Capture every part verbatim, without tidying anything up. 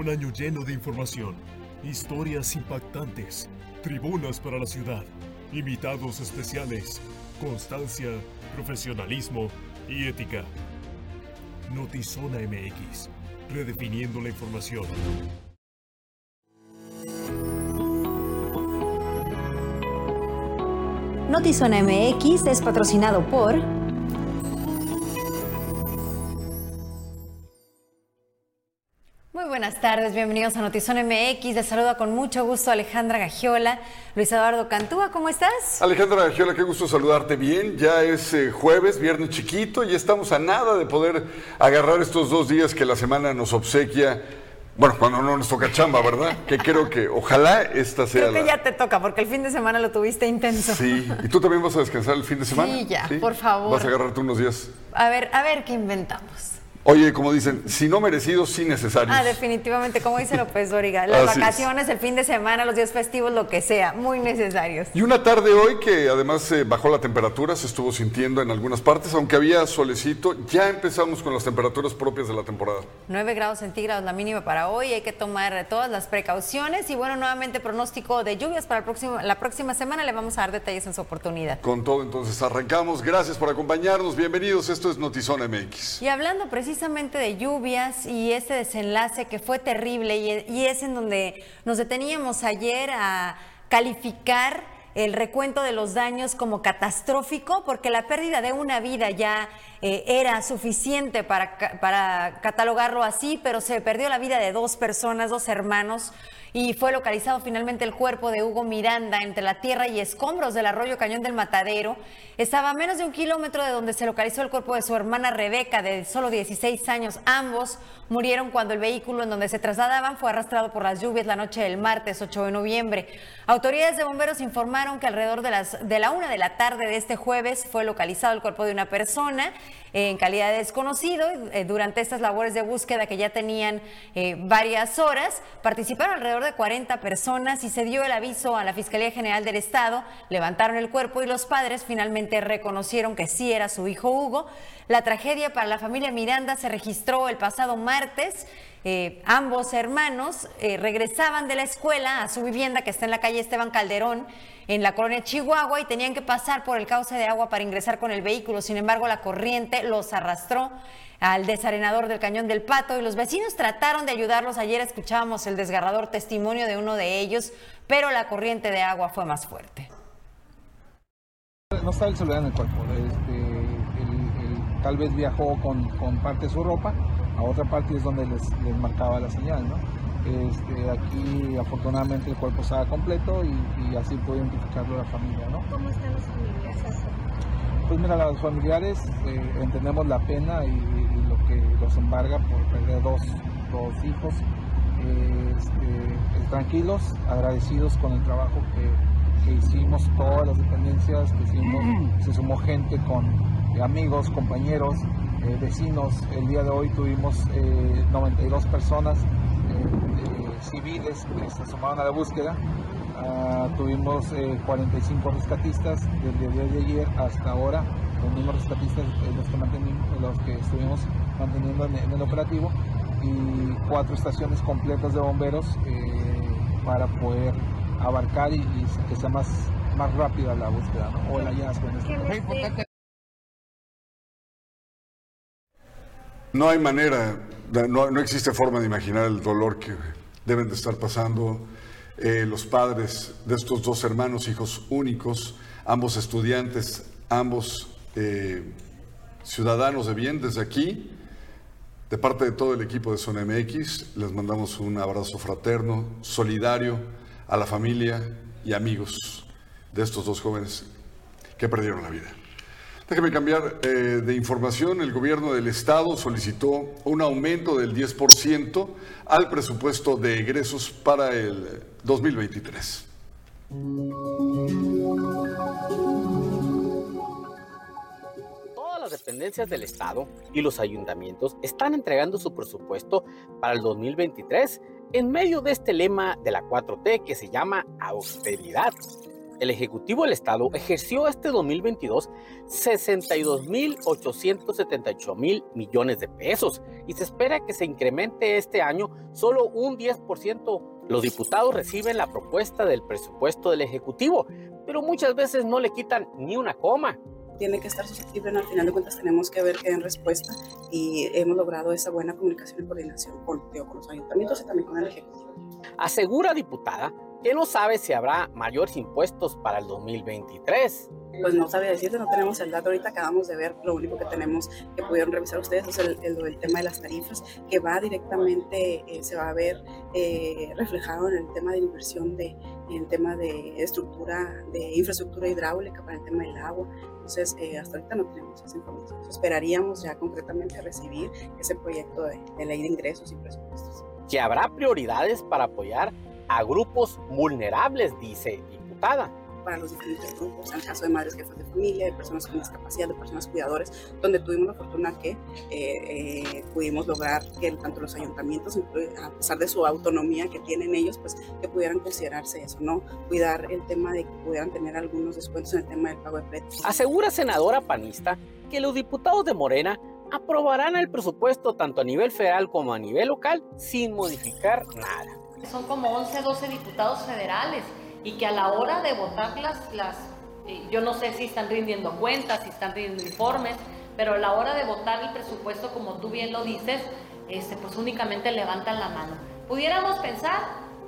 Un año lleno de información, historias impactantes, tribunas para la ciudad, invitados especiales, constancia, profesionalismo y ética. Notizona M X, redefiniendo la información. Notizona M X es patrocinado por Muy buenas tardes, bienvenidos a Notizona M X. Les saluda con mucho gusto Alejandra Gagiola. Luis Eduardo Cantúa, ¿cómo estás? Alejandra Gagiola, qué gusto saludarte bien. Ya es eh, jueves, viernes chiquito, y estamos a nada de poder agarrar estos dos días que la semana nos obsequia. Bueno, cuando no nos toca chamba, ¿verdad? Que creo que ojalá esta sea Creo que la... ya te toca, porque el fin de semana lo tuviste intenso. Sí, ¿y tú también vas a descansar el fin de semana? Sí, ya, ¿Sí? por favor. Vas a agarrarte unos días. A ver, a ver qué inventamos. Oye, como dicen, si no merecidos, sí necesarios. Ah, definitivamente, como dice López Dóriga, las Así vacaciones, es. el fin de semana, los días festivos, lo que sea, muy necesarios. Y una tarde hoy que además eh, bajó la temperatura, se estuvo sintiendo en algunas partes, aunque había solecito, ya empezamos con las temperaturas propias de la temporada. nueve grados centígrados la mínima para hoy, hay que tomar todas las precauciones y bueno, nuevamente pronóstico de lluvias para el próximo, la próxima semana, le vamos a dar detalles en su oportunidad. Con todo, entonces arrancamos, gracias por acompañarnos, bienvenidos, esto es Notizona M X. Y hablando precisamente precisamente de lluvias y este desenlace que fue terrible y, y es en donde nos deteníamos ayer a calificar el recuento de los daños como catastrófico, porque la pérdida de una vida ya eh, era suficiente para, para catalogarlo así, pero se perdió la vida de dos personas, dos hermanos, y fue localizado finalmente el cuerpo de Hugo Miranda entre la tierra y escombros del arroyo Cañón del Matadero. Estaba a menos de un kilómetro de donde se localizó el cuerpo de su hermana Rebeca, de solo dieciséis años. Ambos murieron cuando el vehículo en donde se trasladaban fue arrastrado por las lluvias la noche del martes ocho de noviembre. Autoridades de bomberos informaron que alrededor de, las, de la una de la tarde de este jueves fue localizado el cuerpo de una persona en calidad de desconocido. Eh, durante estas labores de búsqueda que ya tenían eh, varias horas, participaron alrededor de cuarenta personas y se dio el aviso a la Fiscalía General del Estado, levantaron el cuerpo y los padres finalmente reconocieron que sí era su hijo Hugo. La tragedia para la familia Miranda se registró el pasado martes. Eh, ambos hermanos eh, regresaban de la escuela a su vivienda que está en la calle Esteban Calderón, en la colonia Chihuahua, y tenían que pasar por el cauce de agua para ingresar con el vehículo. Sin embargo, la corriente los arrastró al desarenador del Cañón del Pato y los vecinos trataron de ayudarlos. Ayer escuchábamos el desgarrador testimonio de uno de ellos, pero la corriente de agua fue más fuerte. No estaba el celular en el cuerpo, este, el, el, tal vez viajó con, con parte de su ropa, a otra parte es donde les, les marcaba la señal, ¿no? Este, aquí afortunadamente el cuerpo estaba completo y, y así pudo identificarlo la familia, ¿no? ¿Cómo están los familiares? Pues mira, los familiares eh, entendemos la pena y, y lo que los embarga por perder dos, dos hijos, eh, este, tranquilos, agradecidos con el trabajo que, que hicimos, todas las dependencias que hicimos, se sumó gente con eh, amigos, compañeros, eh, vecinos. El día de hoy tuvimos eh, noventa y dos personas eh, eh, civiles que se sumaron a la búsqueda. Uh, tuvimos eh, cuarenta y cinco rescatistas desde el día de ayer hasta ahora, los mismos rescatistas eh, los, que mantenimos, los que estuvimos manteniendo en, en el operativo, y cuatro estaciones completas de bomberos eh, para poder abarcar y, y que sea más, más rápida la búsqueda, ¿no? O el hallazgo en este caso. No hay manera, no, no existe forma de imaginar el dolor que deben de estar pasando Eh, los padres de estos dos hermanos, hijos únicos, ambos estudiantes, ambos eh, ciudadanos de bien. Desde aquí, de parte de todo el equipo de Zona M X, les mandamos un abrazo fraterno, solidario a la familia y amigos de estos dos jóvenes que perdieron la vida. Déjeme cambiar eh, de información. El gobierno del estado solicitó un aumento del diez por ciento al presupuesto de egresos para el dos mil veintitrés. Todas las dependencias del estado y los ayuntamientos están entregando su presupuesto para el dos mil veintitrés en medio de este lema de la cuatro T que se llama austeridad. el Ejecutivo del Estado ejerció este dos mil veintidós sesenta y dos mil ochocientos setenta y ocho mil millones de pesos y se espera que se incremente este año solo un diez por ciento. Los diputados reciben la propuesta del presupuesto del Ejecutivo, pero muchas veces no le quitan ni una coma. Tiene que estar susceptible, al final de cuentas tenemos que ver que den respuesta y hemos logrado esa buena comunicación y coordinación con, digo, con los ayuntamientos y también con el Ejecutivo. Asegura, diputada, que no sabe si habrá mayores impuestos para el dos mil veintitrés. Pues no sabía decirte, no tenemos el dato, ahorita acabamos de ver, lo único que tenemos que pudieron revisar ustedes es el, el, el tema de las tarifas, que va directamente, eh, se va a ver eh, reflejado en el tema de inversión, de, en el tema de estructura, de infraestructura hidráulica para el tema del agua. Entonces, eh, hasta ahorita no tenemos esa información. Esperaríamos ya concretamente recibir ese proyecto de, de ley de ingresos y presupuestos. Que habrá prioridades para apoyar a grupos vulnerables, dice diputada. Para los diferentes grupos, en el caso de madres jefas de familia, de personas con discapacidad, de personas cuidadores, donde tuvimos la fortuna que eh, eh, pudimos lograr que tanto los ayuntamientos, a pesar de su autonomía que tienen ellos, pues que pudieran considerarse eso, ¿no? Cuidar el tema de que pudieran tener algunos descuentos en el tema del pago de precios. Asegura senadora panista que los diputados de Morena aprobarán el presupuesto tanto a nivel federal como a nivel local sin modificar nada. Son como once, doce diputados federales y que a la hora de votar las, las eh, yo no sé si están rindiendo cuentas, si están rindiendo informes, pero a la hora de votar el presupuesto, como tú bien lo dices, este, pues únicamente levantan la mano. Pudiéramos pensar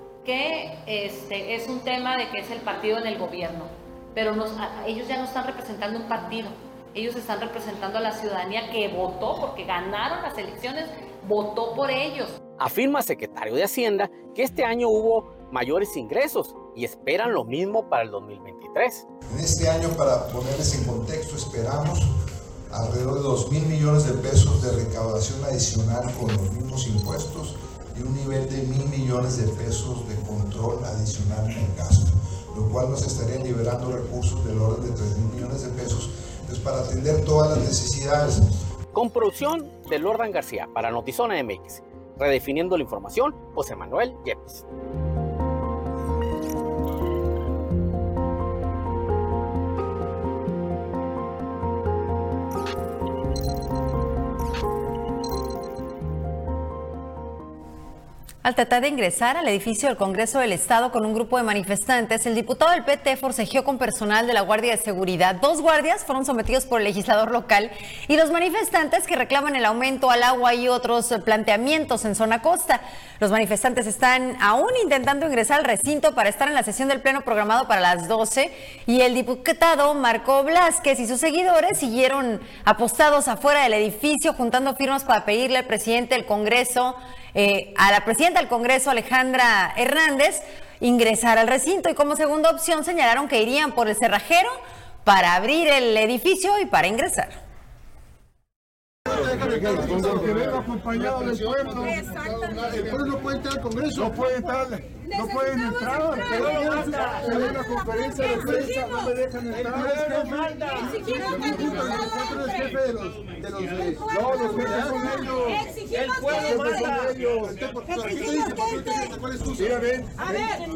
que este, es un tema de que es el partido en el gobierno, pero nos, a, ellos ya no están representando un partido, ellos están representando a la ciudadanía que votó, porque ganaron las elecciones, votó por ellos. Afirma el secretario de Hacienda que este año hubo mayores ingresos y esperan lo mismo para el dos mil veintitrés. En este año, para ponerles en contexto, esperamos alrededor de dos mil millones de pesos de recaudación adicional con los mismos impuestos y un nivel de mil millones de pesos de control adicional en gasto, lo cual nos estaría liberando recursos del orden de tres mil millones de pesos pues, para atender todas las necesidades. Con producción de Lordan García para Notizona M X. Redefiniendo la información, José Manuel Yepes. Al tratar de ingresar al edificio del Congreso del Estado con un grupo de manifestantes, el diputado del P T forcejeó con personal de la Guardia de Seguridad. Dos guardias fueron sometidos por el legislador local y los manifestantes que reclaman el aumento al agua y otros planteamientos en zona costa. Los manifestantes están aún intentando ingresar al recinto para estar en la sesión del pleno programado para las doce y el diputado Marco Blázquez y sus seguidores siguieron apostados afuera del edificio juntando firmas para pedirle al presidente del Congreso Eh, a la presidenta del Congreso, Alejandra Hernández, ingresar al recinto y como segunda opción señalaron que irían por el cerrajero para abrir el edificio y para ingresar. Que venga acompañado del pueblo. El pueblo no puede entrar al Congreso. No puede entrar, no pueden entrar. Se ve una conferencia de prensa, no me dejan entrar. El jefe de los, de los, no, los jefes son ellos. El pueblo manda. Ellos. Mira, ven. A ver,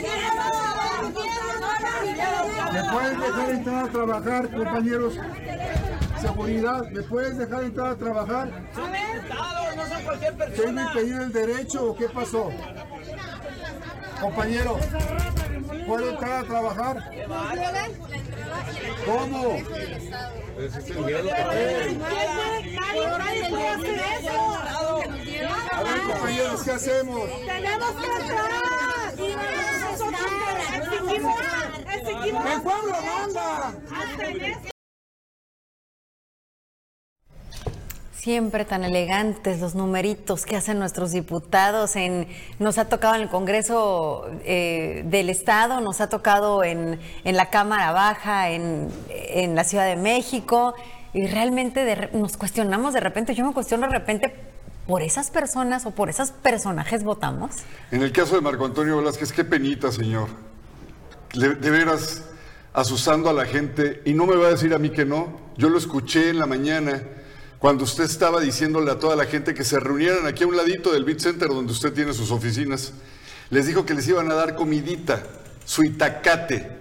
¿me pueden dejar entrar a trabajar, compañeros? Seguridad, ¿me puedes dejar entrar a trabajar? A ver, no soy cualquier persona. ¿Tengo impedido el derecho o qué pasó? Compañero, ¿puedo entrar a trabajar? ¿Cómo? A ver, compañeros, ¿qué hacemos? Tenemos que entrar. ¡El pueblo manda! Siempre tan elegantes los numeritos que hacen nuestros diputados. En, nos ha tocado en el Congreso eh, del Estado, nos ha tocado en, en la Cámara Baja, en, en la Ciudad de México, y realmente de, nos cuestionamos de repente, yo me cuestiono de repente, ¿por esas personas o por esos personajes votamos? En el caso de Marco Antonio Blázquez, qué penita, señor. De, de veras, asusando a la gente, y no me va a decir a mí que no. Yo lo escuché en la mañana, cuando usted estaba diciéndole a toda la gente que se reunieran aquí a un ladito del Beat Center donde usted tiene sus oficinas. Les dijo que les iban a dar comidita, su itacate,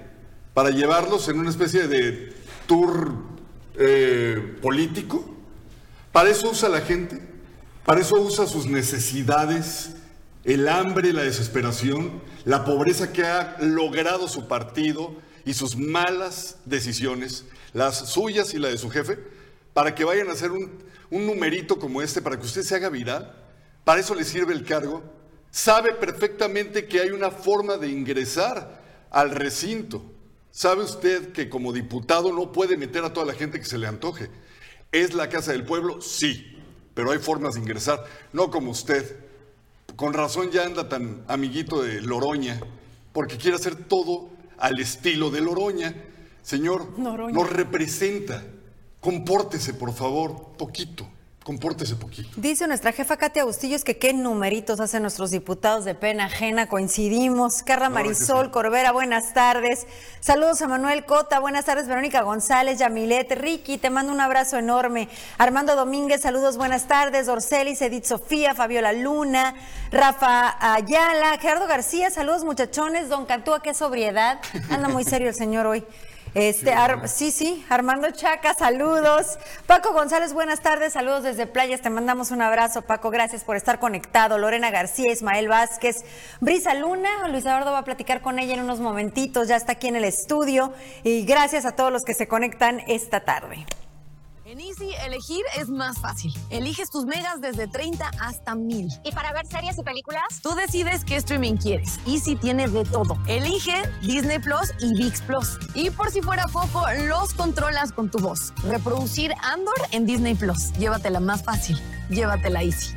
para llevarlos en una especie de tour eh, político. Para eso usa la gente, para eso usa sus necesidades, el hambre, la desesperación, la pobreza que ha logrado su partido y sus malas decisiones, las suyas y la de su jefe, para que vayan a hacer un, un numerito como este, para que usted se haga viral. Para eso le sirve el cargo. Sabe perfectamente que hay una forma de ingresar al recinto. ¿Sabe usted que como diputado no puede meter a toda la gente que se le antoje? ¿Es la casa del pueblo? Sí, pero hay formas de ingresar, no como usted. Con razón ya anda tan amiguito de Loroña, porque quiere hacer todo al estilo de Loroña. Señor, Loroña nos representa. Compórtese, por favor, poquito. Compórtese poquito. Dice nuestra jefa Katia Bustillos que qué numeritos hacen nuestros diputados de pena ajena, coincidimos. Carla Marisol sí. Corbera, buenas tardes. Saludos a Manuel Cota, buenas tardes. Verónica González, Yamilet, Ricky, te mando un abrazo enorme. Armando Domínguez, saludos, buenas tardes. Orcelis, Edith Sofía, Fabiola Luna, Rafa Ayala, Gerardo García, saludos muchachones. Don Cantúa, qué sobriedad. Anda muy serio el señor hoy. Este, Ar sí, sí, Armando Chaca, saludos. Paco González, buenas tardes, saludos desde Playas, te mandamos un abrazo, Paco, gracias por estar conectado. Lorena García, Ismael Vázquez, Brisa Luna, Luis Eduardo va a platicar con ella en unos momentitos, ya está aquí en el estudio, y gracias a todos los que se conectan esta tarde. En Easy, elegir es más fácil. Eliges tus megas desde treinta hasta mil. ¿Y para ver series y películas? Tú decides qué streaming quieres. Easy tiene de todo. Elige Disney Plus y ViX Plus. Y por si fuera poco, los controlas con tu voz. Reproducir Andor en Disney Plus. Llévatela más fácil. Llévatela Easy.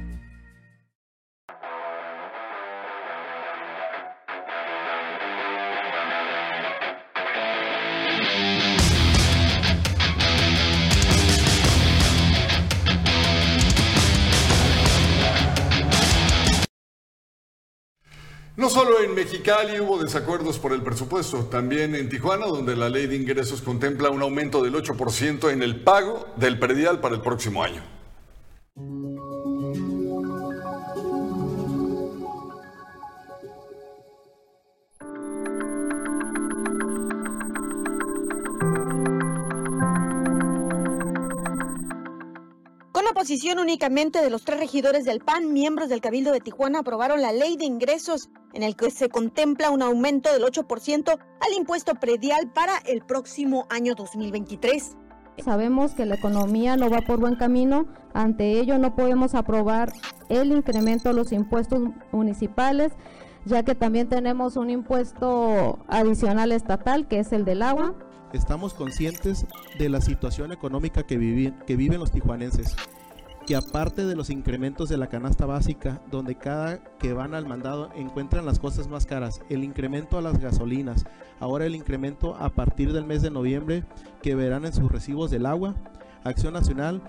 No solo en Mexicali hubo desacuerdos por el presupuesto, también en Tijuana, donde la ley de ingresos contempla un aumento del ocho por ciento en el pago del predial para el próximo año. Oposición únicamente de los tres regidores del P A N, miembros del Cabildo de Tijuana, aprobaron la ley de ingresos en el que se contempla un aumento del ocho por ciento al impuesto predial para el próximo año dos mil veintitrés. Sabemos que la economía no va por buen camino, ante ello no podemos aprobar el incremento de los impuestos municipales, ya que también tenemos un impuesto adicional estatal que es el del agua. Estamos conscientes de la situación económica que viven, que viven los tijuanenses, que aparte de los incrementos de la canasta básica, donde cada que van al mandado encuentran las cosas más caras, el incremento a las gasolinas, ahora el incremento a partir del mes de noviembre que verán en sus recibos del agua, Acción Nacional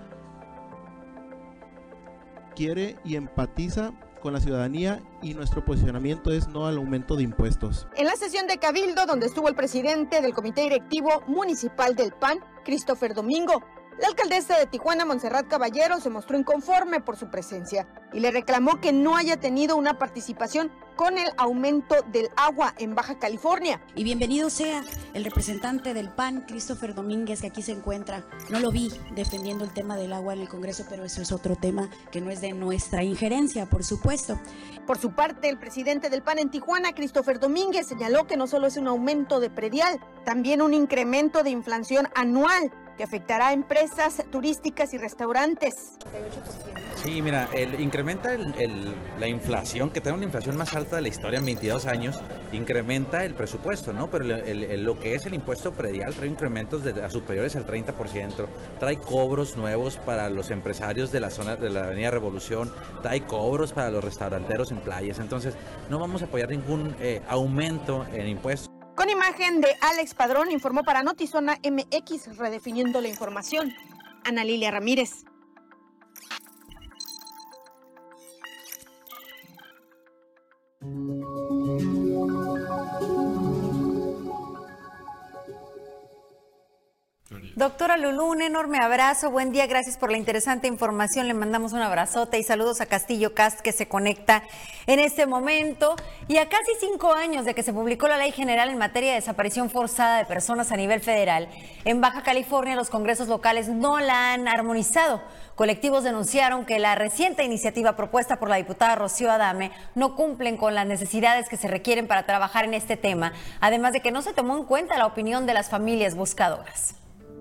quiere y empatiza con la ciudadanía y nuestro posicionamiento es no al aumento de impuestos. En la sesión de Cabildo, donde estuvo el presidente del Comité Directivo Municipal del P A N, Christopher Domingo, la alcaldesa de Tijuana, Montserrat Caballero, se mostró inconforme por su presencia y le reclamó que no haya tenido una participación con el aumento del agua en Baja California. Y bienvenido sea el representante del P A N, Christopher Domínguez, que aquí se encuentra. No lo vi defendiendo el tema del agua en el Congreso, pero eso es otro tema que no es de nuestra injerencia, por supuesto. Por su parte, el presidente del P A N en Tijuana, Christopher Domínguez, señaló que no solo es un aumento de predial, también un incremento de inflación anual que afectará a empresas turísticas y restaurantes. Sí, mira, el, incrementa el, el, la inflación, que tiene una inflación más alta de la historia en veintidós años, incrementa el presupuesto, ¿no? Pero el, el, lo que es el impuesto predial trae incrementos de, a superiores al treinta por ciento, trae cobros nuevos para los empresarios de la zona de la Avenida Revolución, trae cobros para los restauranteros en playas, entonces no vamos a apoyar ningún eh, aumento en impuestos. Con imagen de Alex Padrón, informó para Notizona M X, redefiniendo la información, Ana Lilia Ramírez. Doctora Lulú, un enorme abrazo, buen día, gracias por la interesante información, le mandamos un abrazote y saludos a Castillo Cast que se conecta en este momento. Y a casi cinco años de que se publicó la Ley General en materia de desaparición forzada de personas a nivel federal, en Baja California los congresos locales no la han armonizado. Colectivos denunciaron que la reciente iniciativa propuesta por la diputada Rocío Adame no cumplen con las necesidades que se requieren para trabajar en este tema, además de que no se tomó en cuenta la opinión de las familias buscadoras.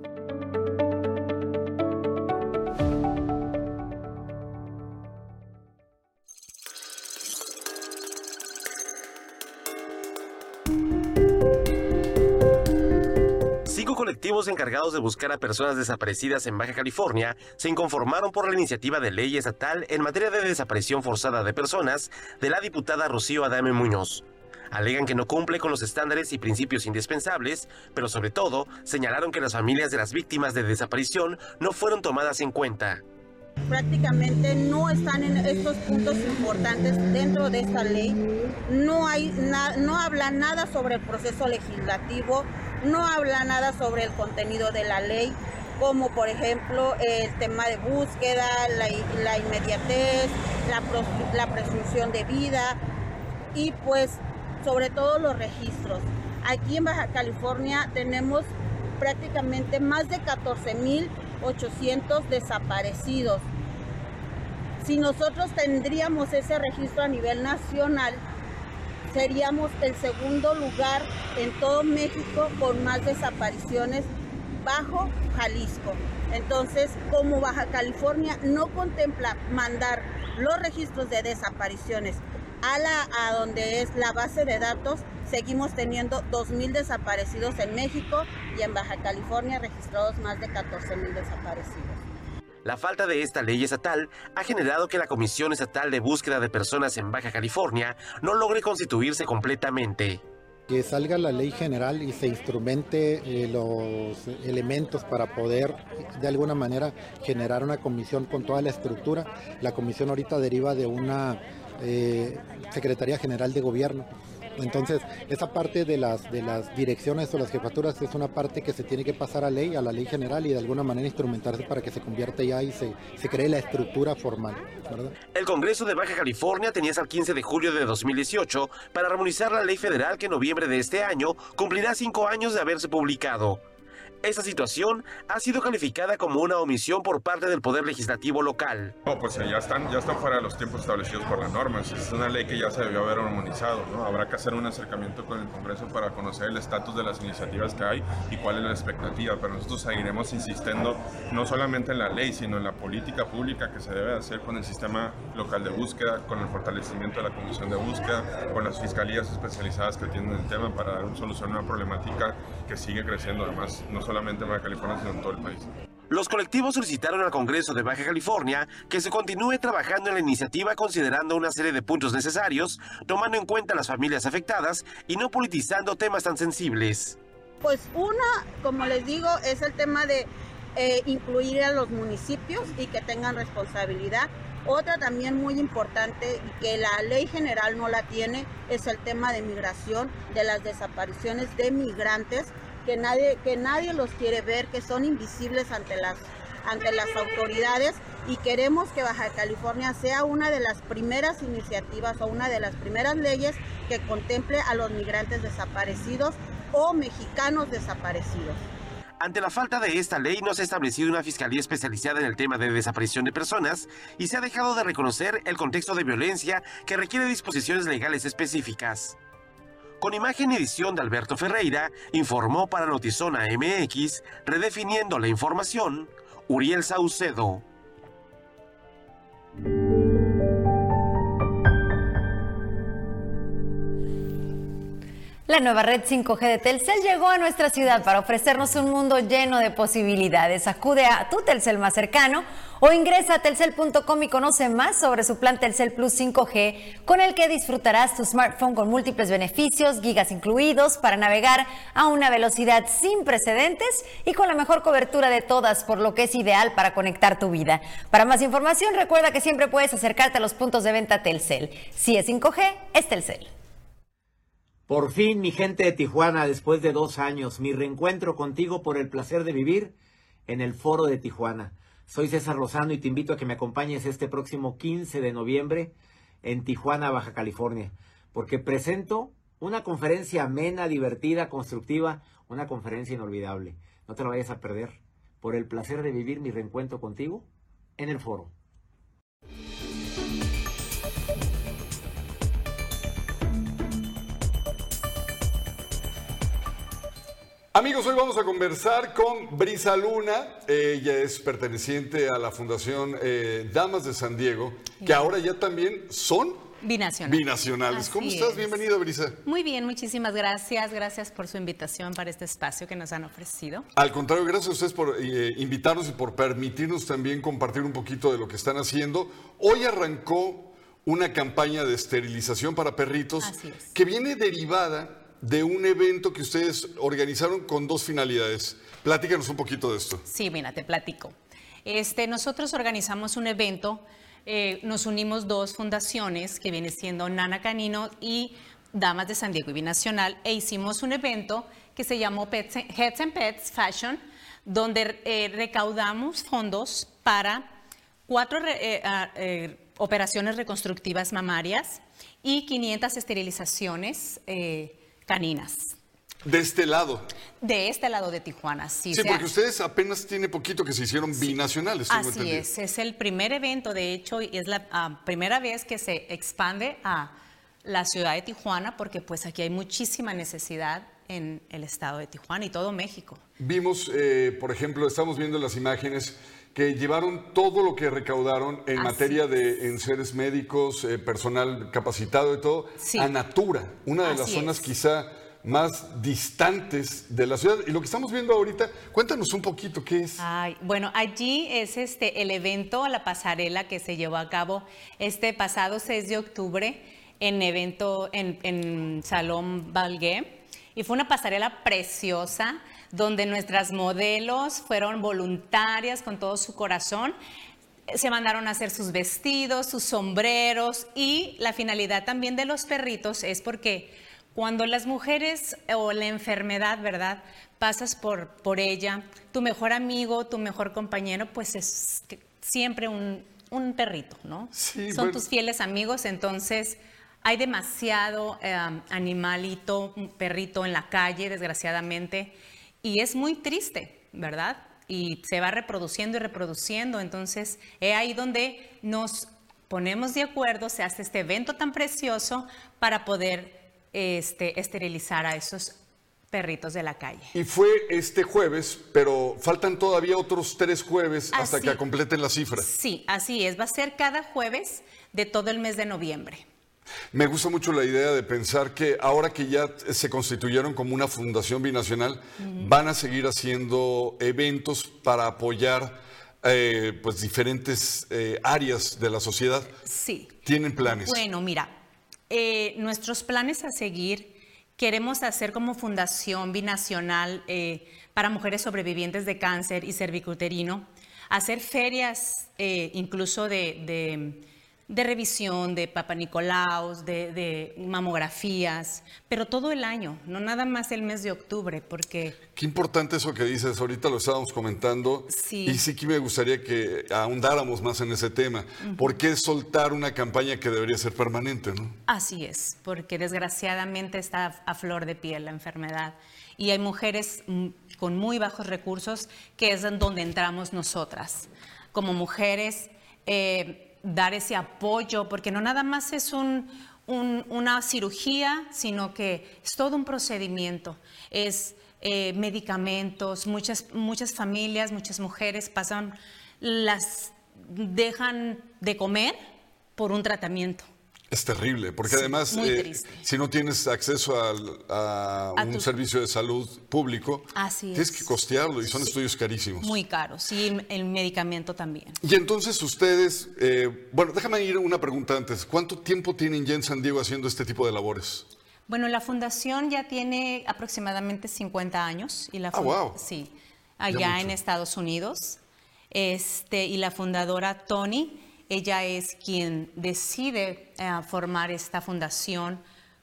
Cinco colectivos encargados de buscar a personas desaparecidas en Baja California se inconformaron por la iniciativa de ley estatal en materia de desaparición forzada de personas de la diputada Rocío Adame Muñoz. Alegan que no cumple con los estándares y principios indispensables, pero sobre todo señalaron que las familias de las víctimas de desaparición no fueron tomadas en cuenta. Prácticamente no están en estos puntos importantes dentro de esta ley, no, hay na- no habla nada sobre el proceso legislativo, no habla nada sobre el contenido de la ley, como por ejemplo el tema de búsqueda, la, la inmediatez, la, pros- la presunción de vida y pues sobre todo los registros. Aquí en Baja California tenemos prácticamente más de catorce mil ochocientos desaparecidos. Si nosotros tendríamos ese registro a nivel nacional, seríamos el segundo lugar en todo México con más desapariciones bajo Jalisco. Entonces, como Baja California no contempla mandar los registros de desapariciones a, la, a donde es la base de datos, seguimos teniendo dos mil desaparecidos en México y en Baja California registrados más de catorce mil desaparecidos. La falta de esta ley estatal ha generado que la Comisión Estatal de Búsqueda de Personas en Baja California no logre constituirse completamente. Que salga la ley general y se instrumente eh, los elementos para poder de alguna manera generar una comisión con toda la estructura. La comisión ahorita deriva de una eh, Secretaría General de Gobierno. Entonces, esa parte de las, de las direcciones o las jefaturas es una parte que se tiene que pasar a ley, a la ley general y de alguna manera instrumentarse para que se convierta ya y se, se cree la estructura formal, ¿verdad? El Congreso de Baja California tenía hasta el quince de julio de dos mil dieciocho para armonizar la ley federal que en noviembre de este año cumplirá cinco años de haberse publicado. Esta situación ha sido calificada como una omisión por parte del Poder Legislativo local. No, pues ya están, ya están fuera de los tiempos establecidos por la norma. Es una ley que ya se debió haber armonizado, ¿no? Habrá que hacer un acercamiento con el Congreso para conocer el estatus de las iniciativas que hay y cuál es la expectativa. Pero nosotros seguiremos insistiendo no solamente en la ley, sino en la política pública que se debe hacer con el sistema local de búsqueda, con el fortalecimiento de la Comisión de Búsqueda, con las fiscalías especializadas que atienden el tema para dar solución a una problemática que sigue creciendo, además, no solamente en Baja California, sino en todo el país. Los colectivos solicitaron al Congreso de Baja California que se continúe trabajando en la iniciativa considerando una serie de puntos necesarios, tomando en cuenta a las familias afectadas y no politizando temas tan sensibles. Pues una, como les digo, es el tema de eh, incluir a los municipios y que tengan responsabilidad. Otra también muy importante y que la ley general no la tiene es el tema de migración, de las desapariciones de migrantes, que nadie, que nadie los quiere ver, que son invisibles ante las, ante las autoridades y queremos que Baja California sea una de las primeras iniciativas o una de las primeras leyes que contemple a los migrantes desaparecidos o mexicanos desaparecidos. Ante la falta de esta ley no se ha establecido una fiscalía especializada en el tema de desaparición de personas y se ha dejado de reconocer el contexto de violencia que requiere disposiciones legales específicas. Con imagen y edición de Alberto Ferreira, informó para Notizona M X, redefiniendo la información, Uriel Saucedo. La nueva red cinco G de Telcel llegó a nuestra ciudad para ofrecernos un mundo lleno de posibilidades. Acude a tu Telcel más cercano o ingresa a telcel punto com y conoce más sobre su plan Telcel Plus cinco G, con el que disfrutarás tu smartphone con múltiples beneficios, gigas incluidos, para navegar a una velocidad sin precedentes y con la mejor cobertura de todas, por lo que es ideal para conectar tu vida. Para más información, recuerda que siempre puedes acercarte a los puntos de venta Telcel. Si es cinco G, es Telcel. Por fin, mi gente de Tijuana, después de dos años, mi reencuentro contigo por el placer de vivir en el Foro de Tijuana. Soy César Lozano y te invito a que me acompañes este próximo quince de noviembre en Tijuana, Baja California, porque presento una conferencia amena, divertida, constructiva, una conferencia inolvidable. No te la vayas a perder, por el placer de vivir mi reencuentro contigo en el Foro. Amigos, hoy vamos a conversar con Brisa Luna. Ella es perteneciente a la Fundación eh, Damas de San Diego, que ahora ya también son binacionales. binacionales. Así ¿Cómo estás? es. Bienvenida, Brisa. Muy bien, muchísimas gracias. Gracias por su invitación para este espacio que nos han ofrecido. Al contrario, gracias a ustedes por eh, invitarnos y por permitirnos también compartir un poquito de lo que están haciendo. Hoy arrancó una campaña de esterilización para perritos que viene derivada de un evento que ustedes organizaron con dos finalidades. Platícanos un poquito de esto. Sí, mira, te platico. Este, nosotros organizamos un evento, eh, nos unimos dos fundaciones, que viene siendo Nana Canino y Damas de San Diego y Binacional, e hicimos un evento que se llamó Pets, Heads and Pets Fashion, donde eh, recaudamos fondos para cuatro eh, eh, operaciones reconstructivas mamarias y quinientas esterilizaciones eh, caninas. De este lado. De este lado de Tijuana, sí. Sí, sea, porque ustedes apenas tiene poquito que se hicieron binacionales. Tengo así entendido. es, es el primer evento, de hecho, y es la uh, primera vez que se expande a la ciudad de Tijuana, porque pues aquí hay muchísima necesidad en el estado de Tijuana y todo México. Vimos, eh, por ejemplo, estamos viendo las imágenes que llevaron todo lo que recaudaron en Así materia de enseres médicos, eh, personal capacitado y todo, Sí. a Natura, una de las Así zonas es. quizá más distantes de la ciudad. Y lo que estamos viendo ahorita, cuéntanos un poquito qué es. Ay, bueno, allí es este el evento, la pasarela que se llevó a cabo este pasado seis de octubre en evento en, en Salón Balgué. Y fue una pasarela preciosa donde nuestras modelos fueron voluntarias con todo su corazón. Se mandaron a hacer sus vestidos, sus sombreros, y la finalidad también de los perritos es porque cuando las mujeres o la enfermedad, ¿verdad?, pasas por, por ella, tu mejor amigo, tu mejor compañero, pues es que- siempre un, un perrito, ¿no? Sí, Son bueno. tus fieles amigos, entonces hay demasiado eh, animalito, un perrito en la calle, desgraciadamente, y es muy triste, ¿verdad? Y se va reproduciendo y reproduciendo, entonces es ahí donde nos ponemos de acuerdo, se hace este evento tan precioso para poder este, esterilizar a esos perritos de la calle. Y fue este jueves, pero faltan todavía otros tres jueves hasta Así- que completen la cifra. Sí, así es, va a ser cada jueves de todo el mes de noviembre. Me gusta mucho la idea de pensar que ahora que ya se constituyeron como una fundación binacional, Ujú. van a seguir haciendo eventos para apoyar eh, pues diferentes eh, áreas de la sociedad. Sí. ¿Tienen planes? Bueno, mira, eh, nuestros planes a seguir, queremos hacer como fundación binacional eh, para mujeres sobrevivientes de cáncer y cervicuterino, hacer ferias eh, incluso de, de, de revisión, de Papa Nicolaos, de, de mamografías, pero todo el año, no nada más el mes de octubre, porque Qué importante eso que dices, ahorita lo estábamos comentando Sí. y sí que me gustaría que ahondáramos más en ese tema. Ujú. ¿Por qué soltar una campaña que debería ser permanente, no? así es, porque desgraciadamente está a flor de piel la enfermedad y hay mujeres mm, con muy bajos recursos que es en donde entramos nosotras. Como mujeres, eh, dar ese apoyo, porque no nada más es un, un- una cirugía, sino que es todo un procedimiento. Es eh, medicamentos, muchas, muchas familias, muchas mujeres pasan, las dejan de comer por un tratamiento. Es terrible, porque Sí, además, muy eh, triste. si no tienes acceso al- a, A un tu- servicio de salud público, Así tienes es. que costearlo y son Sí. estudios carísimos. Muy caros, y el medicamento también. Y entonces ustedes, eh, bueno, déjame ir una pregunta antes. ¿Cuánto tiempo tienen ya en San Diego haciendo este tipo de labores? Bueno, la fundación ya tiene aproximadamente cincuenta años. Y la Ah, fun- wow. Sí, Ya allá mucho. en Estados Unidos. Este, y la fundadora Tony, ella es quien decide eh, formar esta fundación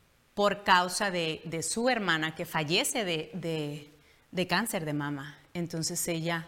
por causa de, de su hermana que fallece de, de- de cáncer de mama. Entonces ella,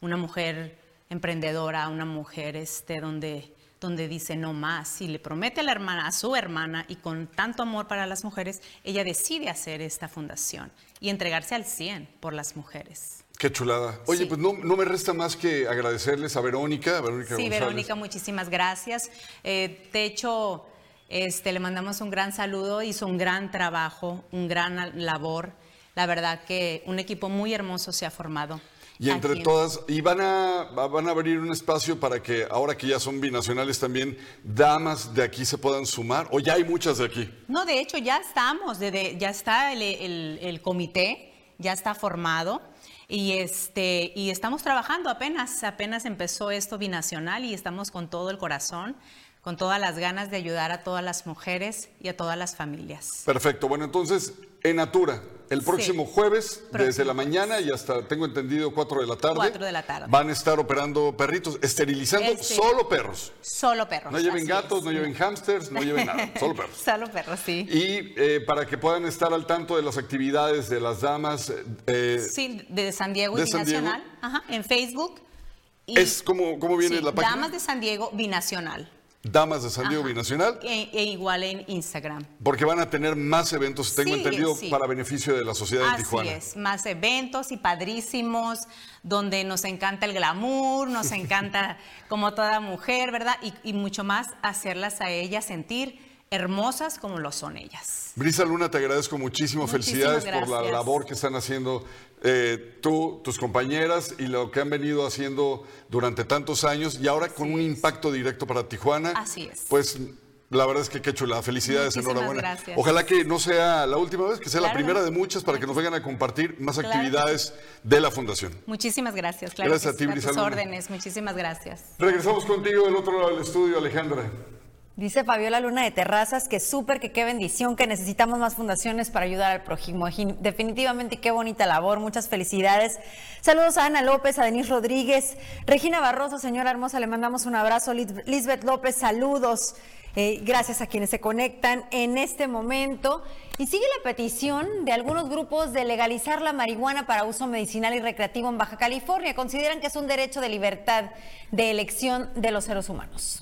una mujer emprendedora, una mujer este, donde, donde dice no más, y le promete a la hermana, a su hermana, y con tanto amor para las mujeres, ella decide hacer esta fundación y entregarse al cien por las mujeres. Qué chulada. Oye, Sí. pues no, no me resta más que agradecerles a Verónica, a Verónica Sí, González. Verónica, muchísimas gracias. Eh, de hecho, este, le mandamos un gran saludo, hizo un gran trabajo, un gran labor. La verdad que un equipo muy hermoso se ha formado. Y entre aquí en- todas, y van a, van a abrir un espacio para que ahora que ya son binacionales también, damas de aquí se puedan sumar, o ya hay muchas de aquí. No, de hecho ya estamos, de, de- ya está el, el- el comité, ya está formado y, este, y estamos trabajando apenas, apenas empezó esto binacional y estamos con todo el corazón, con todas las ganas de ayudar a todas las mujeres y a todas las familias. Perfecto, bueno, entonces, en Natura, el próximo Sí. jueves, desde Próximo la mañana y hasta, tengo entendido, cuatro de la tarde, Cuatro de la tarde. van a estar operando perritos, esterilizando Este- solo perros. Solo perros. No lleven así gatos, es. no lleven hámsters, no lleven nada, solo perros. Solo perros, sí. Y eh, para que puedan estar al tanto de las actividades de las damas, eh, Sí, de San Diego de y San Diego. Binacional, ajá, en Facebook. Y- es como, ¿cómo viene sí, la página? Damas de San Diego Binacional. Damas de San Diego Ajá. Binacional, E, e igual en Instagram. porque van a tener más eventos, tengo Sí, entendido, sí. para beneficio de la sociedad de Así Tijuana. es, más eventos y padrísimos, donde nos encanta el glamour, nos encanta como toda mujer, ¿verdad? Y, y mucho más hacerlas a ellas sentir hermosas como lo son ellas. Brisa Luna, te agradezco muchísimo. Muchísimas Felicidades por la gracias. labor que están haciendo eh, tú, tus compañeras y lo que han venido haciendo durante tantos años y ahora con un impacto directo para Tijuana. Así es. Pues la verdad es que qué chula. Felicidades, Muchísimas enhorabuena. gracias. Ojalá que no sea la última vez, que sea la Claro. primera de muchas para que nos vengan a compartir más Claro. actividades de la Fundación. Muchísimas gracias. Claro Gracias que a ti, sí, Brisa tus Luna. órdenes. Muchísimas gracias. Regresamos contigo del otro lado del estudio, Alejandra. Dice Fabiola Luna de Terrazas que súper, que qué bendición, que necesitamos más fundaciones para ayudar al prójimo. Gin- Definitivamente qué bonita labor, muchas felicidades. Saludos a Ana López, a Denise Rodríguez, Regina Barroso, señora hermosa, le mandamos un abrazo. Lis- Lisbeth López, saludos. Eh, gracias a quienes se conectan en este momento. Y sigue la petición de algunos grupos de legalizar la marihuana para uso medicinal y recreativo en Baja California. Consideran que es un derecho de libertad de elección de los seres humanos.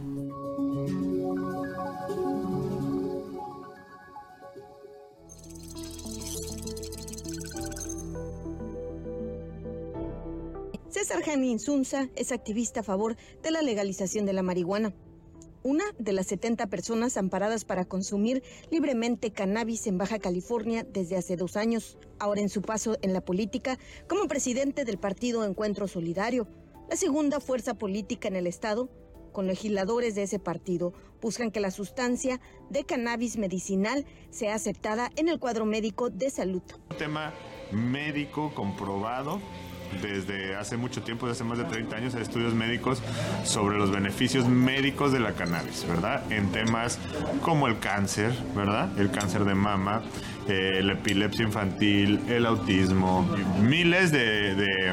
César Janín Zunza es activista a favor de la legalización de la marihuana. Una de las setenta personas amparadas para consumir libremente cannabis en Baja California desde hace dos años, ahora en su paso en la política como presidente del partido Encuentro Solidario, la segunda fuerza política en el estado. Con legisladores de ese partido, buscan que la sustancia de cannabis medicinal sea aceptada en el cuadro médico de salud. Un tema médico comprobado desde hace mucho tiempo, desde hace más de treinta años, hay estudios médicos sobre los beneficios médicos de la cannabis, ¿verdad? En temas como el cáncer, ¿verdad? El cáncer de mama, eh, la epilepsia infantil, el autismo, miles de, de,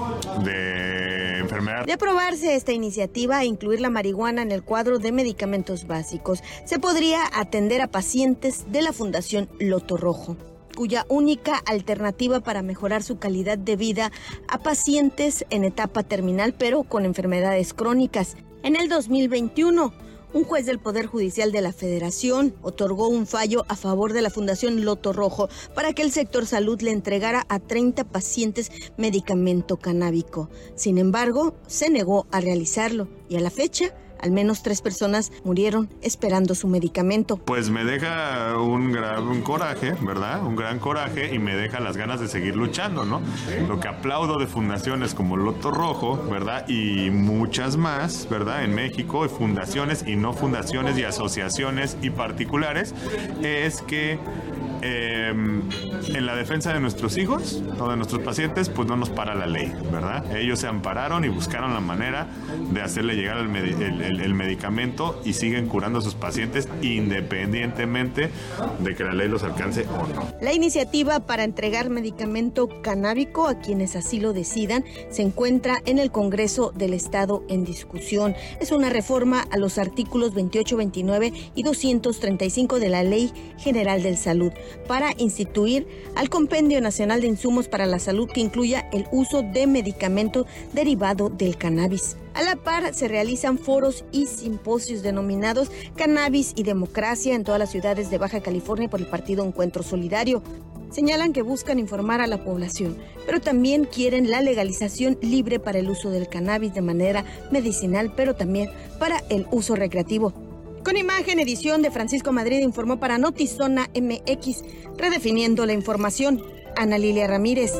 de enfermedades. De aprobarse esta iniciativa e incluir la marihuana en el cuadro de medicamentos básicos, se podría atender a pacientes de la Fundación Loto Rojo, cuya única alternativa para mejorar su calidad de vida a pacientes en etapa terminal pero con enfermedades crónicas. En el dos mil veintiuno, un juez del Poder Judicial de la Federación otorgó un fallo a favor de la Fundación Loto Rojo para que el sector salud le entregara a treinta pacientes medicamento canábico. Sin embargo, se negó a realizarlo y a la fecha, al menos tres personas murieron esperando su medicamento. Pues me deja un gran un coraje, ¿verdad? Un gran coraje y me deja las ganas de seguir luchando, ¿no? Lo que aplaudo de fundaciones como Loto Rojo, ¿verdad? Y muchas más, ¿verdad? En México, y fundaciones y no fundaciones y asociaciones y particulares, es que eh, en la defensa de nuestros hijos o de nuestros pacientes, pues no nos para la ley, ¿verdad? Ellos se ampararon y buscaron la manera de hacerle llegar el, medi- el, el, el medicamento y siguen curando a sus pacientes independientemente de que la ley los alcance o no. La iniciativa para entregar medicamento canábico a quienes así lo decidan se encuentra en el Congreso del Estado en discusión. Es una reforma a los artículos veintiocho, veintinueve y doscientos treinta y cinco de la Ley General de Salud. para instituir al Compendio Nacional de Insumos para la Salud que incluya el uso de medicamento derivado del cannabis. A la par, se realizan foros y simposios denominados Cannabis y Democracia en todas las ciudades de Baja California por el Partido Encuentro Solidario. Señalan que buscan informar a la población, pero también quieren la legalización libre para el uso del cannabis de manera medicinal, pero también para el uso recreativo. Con imagen, edición de Francisco Madrid, informó para Notizona M X, redefiniendo la información, Ana Lilia Ramírez.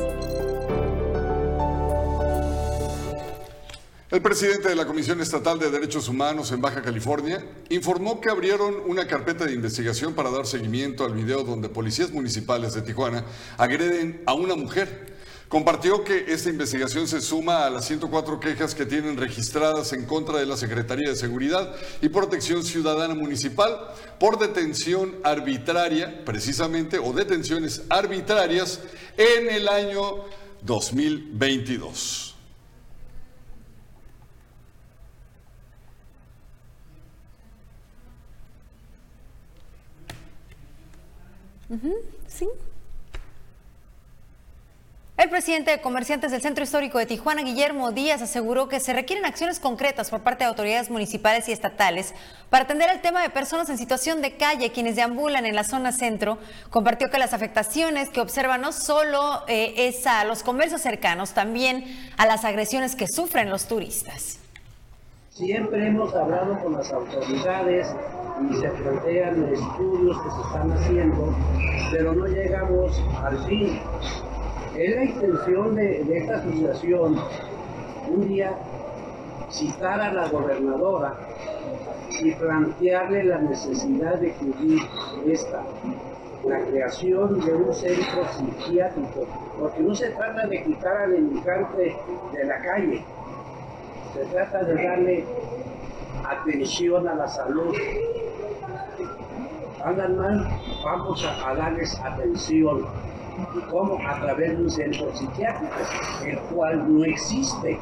El presidente de la Comisión Estatal de Derechos Humanos en Baja California informó que abrieron una carpeta de investigación para dar seguimiento al video donde policías municipales de Tijuana agreden a una mujer. Compartió que esta investigación se suma a las ciento cuatro quejas que tienen registradas en contra de la Secretaría de Seguridad y Protección Ciudadana Municipal por detención arbitraria, precisamente, o detenciones arbitrarias en el año dos mil veintidós. Uh-huh, sí. El presidente de Comerciantes del Centro Histórico de Tijuana, Guillermo Díaz, aseguró que se requieren acciones concretas por parte de autoridades municipales y estatales para atender el tema de personas en situación de calle, quienes deambulan en la zona centro. Compartió que las afectaciones que observa no solo eh, es a los comercios cercanos, también a las agresiones que sufren los turistas. Siempre hemos hablado con las autoridades y se plantean estudios que se están haciendo, pero no llegamos al fin. Es la intención de, de esta asociación un día citar a la gobernadora y plantearle la necesidad de cubrir esta, la creación de un centro psiquiátrico, porque no se trata de quitar al inmigrante de la calle, se trata de darle atención a la salud. Andan mal, vamos a, a darles atención. ¿Cómo? A través de un centro psiquiátrico, el cual no existe.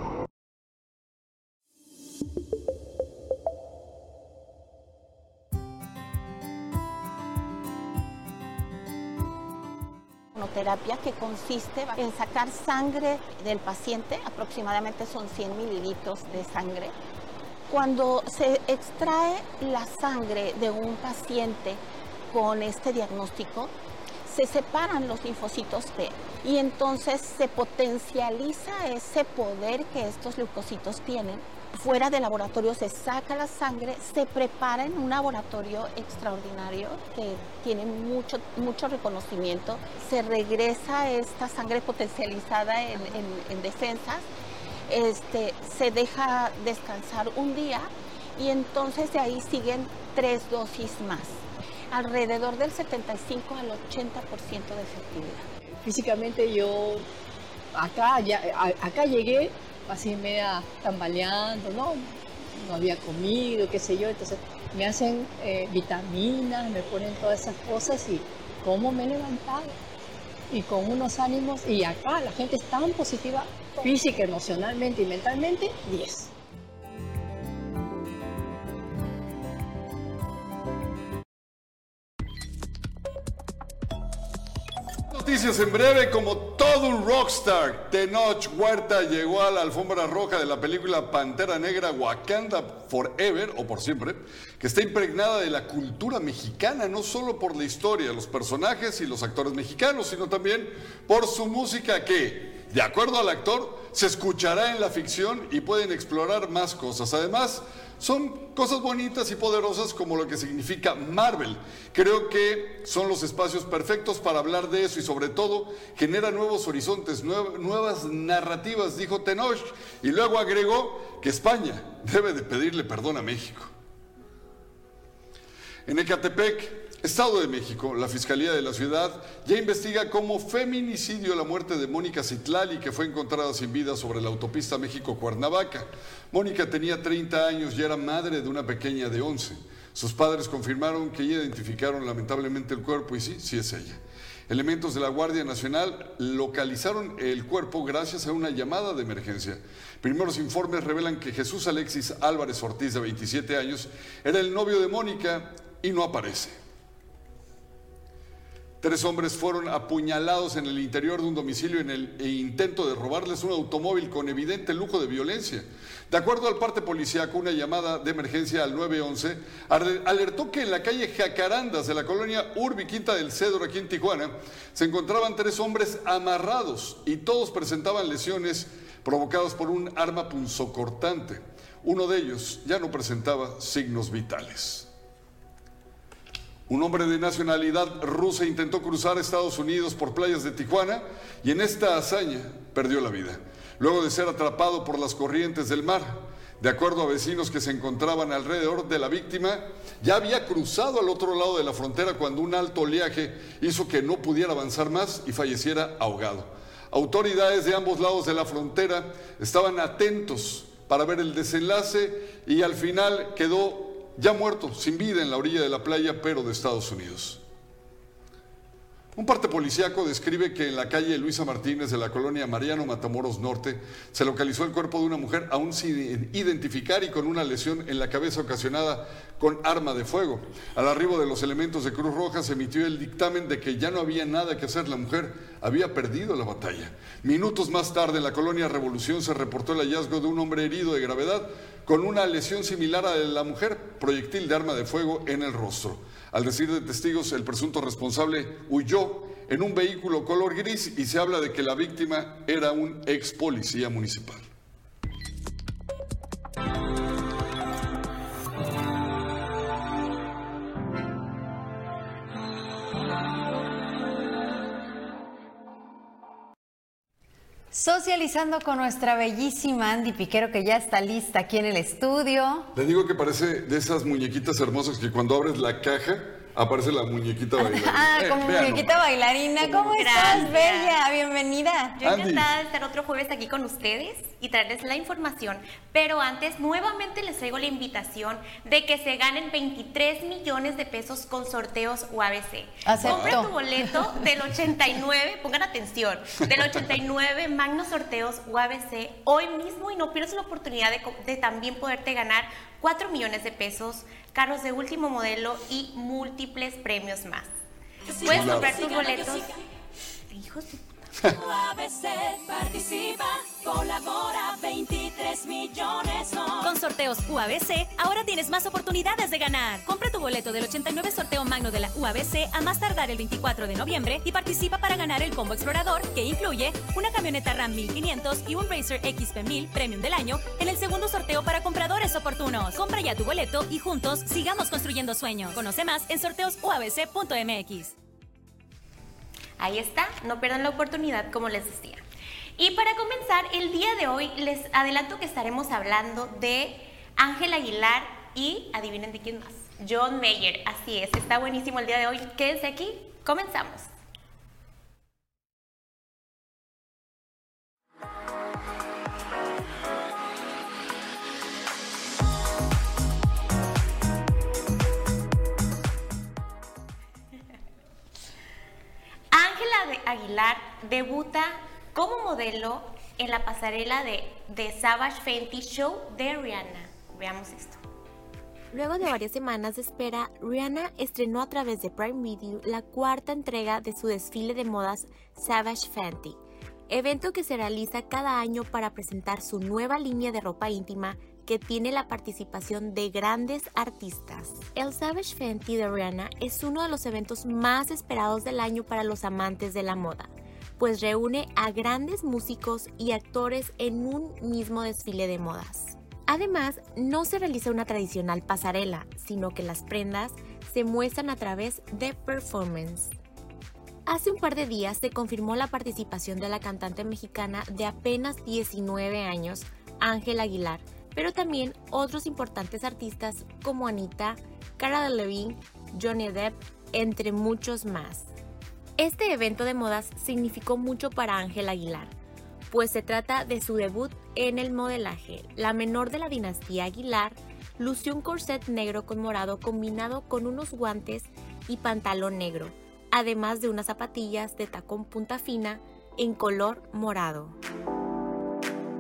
Terapia que consiste en sacar sangre del paciente, aproximadamente son cien mililitros de sangre. Cuando se extrae la sangre de un paciente con este diagnóstico, se separan los linfocitos T y entonces se potencializa ese poder que estos leucocitos tienen. Fuera del laboratorio se saca la sangre, se prepara en un laboratorio extraordinario que tiene mucho, mucho reconocimiento. Se regresa esta sangre potencializada en, en, en defensas, este, se deja descansar un día y entonces de ahí siguen tres dosis más. Alrededor del setenta y cinco al ochenta por ciento de efectividad. Físicamente yo acá, ya, acá llegué así media tambaleando, ¿no? No había comido, qué sé yo, entonces me hacen eh, vitaminas, me ponen todas esas cosas y cómo me he levantado y con unos ánimos, y acá la gente es tan positiva física, emocionalmente y mentalmente, diez. Noticias en breve. Como todo un rockstar, Tenoch Huerta llegó a la alfombra roja de la película Pantera Negra Wakanda Forever, o por siempre, que está impregnada de la cultura mexicana, no solo por la historia, los personajes y los actores mexicanos, sino también por su música que, de acuerdo al actor, se escuchará en la ficción y pueden explorar más cosas. Además, son cosas bonitas y poderosas como lo que significa Marvel. Creo que son los espacios perfectos para hablar de eso y sobre todo genera nuevos horizontes, nuevas narrativas, dijo Tenoch, y luego agregó que España debe de pedirle perdón a México. En Ecatepec, Estado de México, la Fiscalía de la ciudad ya investiga como feminicidio la muerte de Mónica Citlali, que fue encontrada sin vida sobre la autopista México-Cuernavaca. Mónica tenía treinta años y era madre de una pequeña de once. Sus padres confirmaron que ya identificaron lamentablemente el cuerpo y sí, sí es ella. Elementos de la Guardia Nacional localizaron el cuerpo gracias a una llamada de emergencia. Primeros informes revelan que Jesús Alexis Álvarez Ortiz, de veintisiete años, era el novio de Mónica y no aparece. Tres hombres fueron apuñalados en el interior de un domicilio en el intento de robarles un automóvil con evidente lujo de violencia. De acuerdo al parte policíaco, una llamada de emergencia al nueve once alertó que en la calle Jacarandas de la colonia Urbi Quinta del Cedro, aquí en Tijuana, se encontraban tres hombres amarrados y todos presentaban lesiones provocadas por un arma punzocortante. Uno de ellos ya no presentaba signos vitales. Un hombre de nacionalidad rusa intentó cruzar Estados Unidos por playas de Tijuana y en esta hazaña perdió la vida, luego de ser atrapado por las corrientes del mar. De acuerdo a vecinos que se encontraban alrededor de la víctima, ya había cruzado al otro lado de la frontera cuando un alto oleaje hizo que no pudiera avanzar más y falleciera ahogado. Autoridades de ambos lados de la frontera estaban atentos para ver el desenlace y al final quedó ya muerto, sin vida en la orilla de la playa, pero de Estados Unidos. Un parte policíaco describe que en la calle Luisa Martínez de la colonia Mariano Matamoros Norte se localizó el cuerpo de una mujer aún sin identificar y con una lesión en la cabeza ocasionada con arma de fuego. Al arribo de los elementos de Cruz Roja se emitió el dictamen de que ya no había nada que hacer, la mujer había perdido la batalla. Minutos más tarde en la colonia Revolución se reportó el hallazgo de un hombre herido de gravedad con una lesión similar a la de la mujer, proyectil de arma de fuego en el rostro. Al decir de testigos, el presunto responsable huyó en un vehículo color gris y se habla de que la víctima era un ex policía municipal. Socializando con nuestra bellísima Andy Piquero, que ya está lista aquí en el estudio. Le digo que parece de esas muñequitas hermosas que cuando abres la caja aparece la muñequita bailarina. Ah, como eh, muñequita bailarina. ¿Cómo Gracias. estás, bella? Bienvenida. Yo Andy. encantada de estar otro jueves aquí con ustedes y traerles la información, pero antes nuevamente les traigo la invitación de que se ganen veintitrés millones de pesos con sorteos U A B C. Acepto. Compra tu boleto del ochenta y nueve, pongan atención, del ochenta y nueve Magno Sorteos U A B C hoy mismo y no pierdas la oportunidad de, de también poderte ganar cuatro millones de pesos, carros de último modelo y múltiples premios más. Puedes comprar tus boletos. Hijos de puta. U A B C participa, colabora, veintitrés millones no. Con sorteos U A B C, ahora tienes más oportunidades de ganar. Compra tu boleto del ochenta y nueve sorteo magno de la U A B C a más tardar el veinticuatro de noviembre y participa para ganar el combo explorador, que incluye una camioneta Ram mil quinientos y un Racer X P mil Premium del año en el segundo sorteo para compradores oportunos. Compra ya tu boleto y juntos sigamos construyendo sueños. Conoce más en sorteos u a b c punto m x. Ahí está, no pierdan la oportunidad, como les decía. Y para comenzar, el día de hoy les adelanto que estaremos hablando de Ángel Aguilar y, adivinen de quién más, John Mayer. Así es, está buenísimo el día de hoy. Quédense aquí, comenzamos. Ángela Aguilar debuta como modelo en la pasarela de The Savage Fenty Show de Rihanna. Veamos esto. Luego de varias semanas de espera, Rihanna estrenó a través de Prime Video la cuarta entrega de su desfile de modas Savage Fenty, evento que se realiza cada año para presentar su nueva línea de ropa íntima que tiene la participación de grandes artistas. El Savage Fenty de Rihanna es uno de los eventos más esperados del año para los amantes de la moda, pues reúne a grandes músicos y actores en un mismo desfile de modas. Además, no se realiza una tradicional pasarela, sino que las prendas se muestran a través de performance. Hace un par de días se confirmó la participación de la cantante mexicana de apenas diecinueve años, Ángela Aguilar, pero también otros importantes artistas como Anita, Cara Delevingne, Johnny Depp, entre muchos más. Este evento de modas significó mucho para Ángela Aguilar, pues se trata de su debut en el modelaje. La menor de la dinastía Aguilar lució un corset negro con morado combinado con unos guantes y pantalón negro, además de unas zapatillas de tacón punta fina en color morado.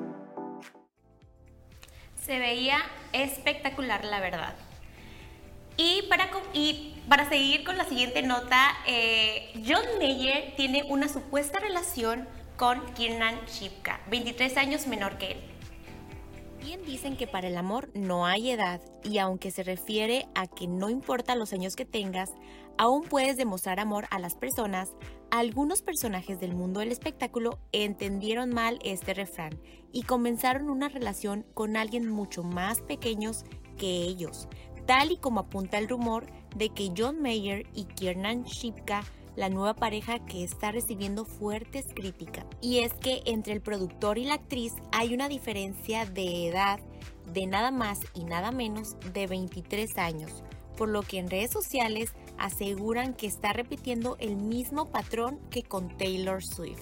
Se veía espectacular, la verdad. Y para, y para seguir con la siguiente nota, eh, John Mayer tiene una supuesta relación con Kiernan Shipka, veintitrés años menor que él. Bien dicen que para el amor no hay edad, y aunque se refiere a que no importa los años que tengas, aún puedes demostrar amor a las personas. Algunos personajes del mundo del espectáculo entendieron mal este refrán y comenzaron una relación con alguien mucho más pequeño que ellos, tal y como apunta el rumor de que John Mayer y Kiernan Shipka, la nueva pareja que está recibiendo fuertes críticas. Y es que entre el productor y la actriz hay una diferencia de edad de nada más y nada menos de veintitrés años, por lo que en redes sociales aseguran que está repitiendo el mismo patrón que con Taylor Swift.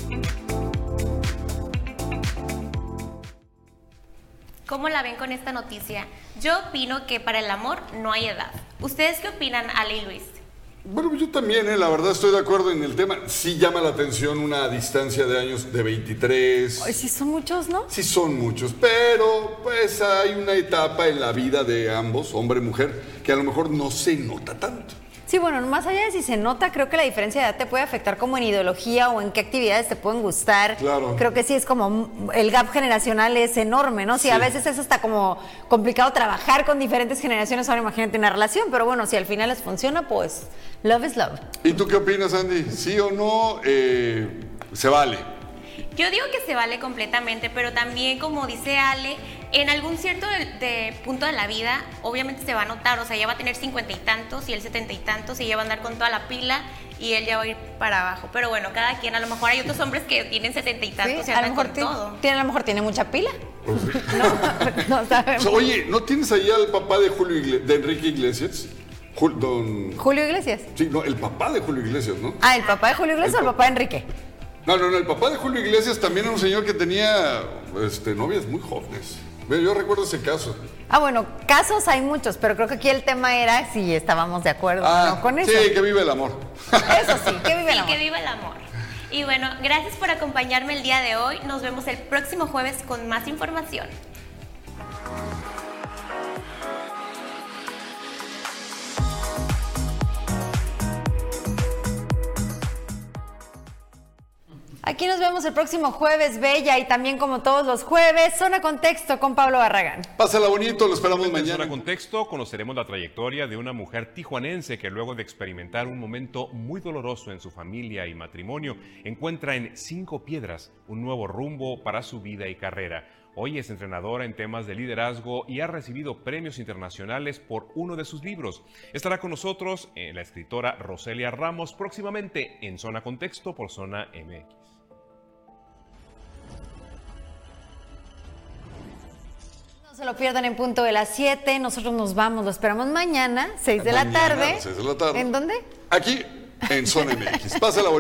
¿Cómo la ven con esta noticia? Yo opino que para el amor no hay edad. ¿Ustedes qué opinan, Ale y Luis? Bueno, yo también, ¿eh? La verdad estoy de acuerdo en el tema. Sí llama la atención una distancia de años de veintitrés. Ay, sí son muchos, ¿no? Sí son muchos, pero pues hay una etapa en la vida de ambos, hombre y mujer, que a lo mejor no se nota tanto. Sí, bueno, más allá de si se nota, creo que la diferencia de edad te puede afectar como en ideología o en qué actividades te pueden gustar. Claro. Creo que sí es como, el gap generacional es enorme, ¿no? Sí, sí. A veces es hasta como complicado trabajar con diferentes generaciones, ahora imagínate una relación, pero bueno, si al final les funciona, pues love is love. ¿Y tú qué opinas, Andy? ¿Sí o no eh, se vale? Yo digo que se vale completamente, pero también, como dice Ale, en algún cierto de, de punto de la vida, obviamente se va a notar, o sea, ella va a tener cincuenta y tantos y él setenta y tantos y ella va a andar con toda la pila y él ya va a ir para abajo. Pero bueno, cada quien, a lo mejor hay otros hombres que tienen setenta y tantos sí, y andan con todo. Tiene, a lo mejor tiene mucha pila. Pues sí. No, no sabemos. O sea, oye, ¿no tienes ahí al papá de Julio Iglesias, de Enrique Iglesias? Jul, don... ¿Julio Iglesias? Sí, no, el papá de Julio Iglesias, ¿no? Ah, ¿el papá de Julio Iglesias el o el papá de Enrique? No, no, no, el papá de Julio Iglesias también era un señor que tenía este, novias muy jóvenes. Yo recuerdo ese caso. Ah, bueno, casos hay muchos, pero creo que aquí el tema era si estábamos de acuerdo ah, o no con eso. Sí, que vive el amor. Eso sí, que vive el sí, amor. que vive el amor. Y bueno, gracias por acompañarme el día de hoy. Nos vemos el próximo jueves con más información. Aquí nos vemos el próximo jueves, Bella, y también como todos los jueves, Zona Contexto con Pablo Barragán. Pásala bonito, lo esperamos mañana. En Zona Contexto conoceremos la trayectoria de una mujer tijuanense que luego de experimentar un momento muy doloroso en su familia y matrimonio, encuentra en Cinco Piedras un nuevo rumbo para su vida y carrera. Hoy es entrenadora en temas de liderazgo y ha recibido premios internacionales por uno de sus libros. Estará con nosotros eh, la escritora Roselia Ramos próximamente en Zona Contexto por Zona M X. No se lo pierdan en punto de las siete. Nosotros nos vamos, lo esperamos mañana, seis de la tarde. seis de la tarde. ¿En dónde? Aquí, en Zona M X. Pásala bonito.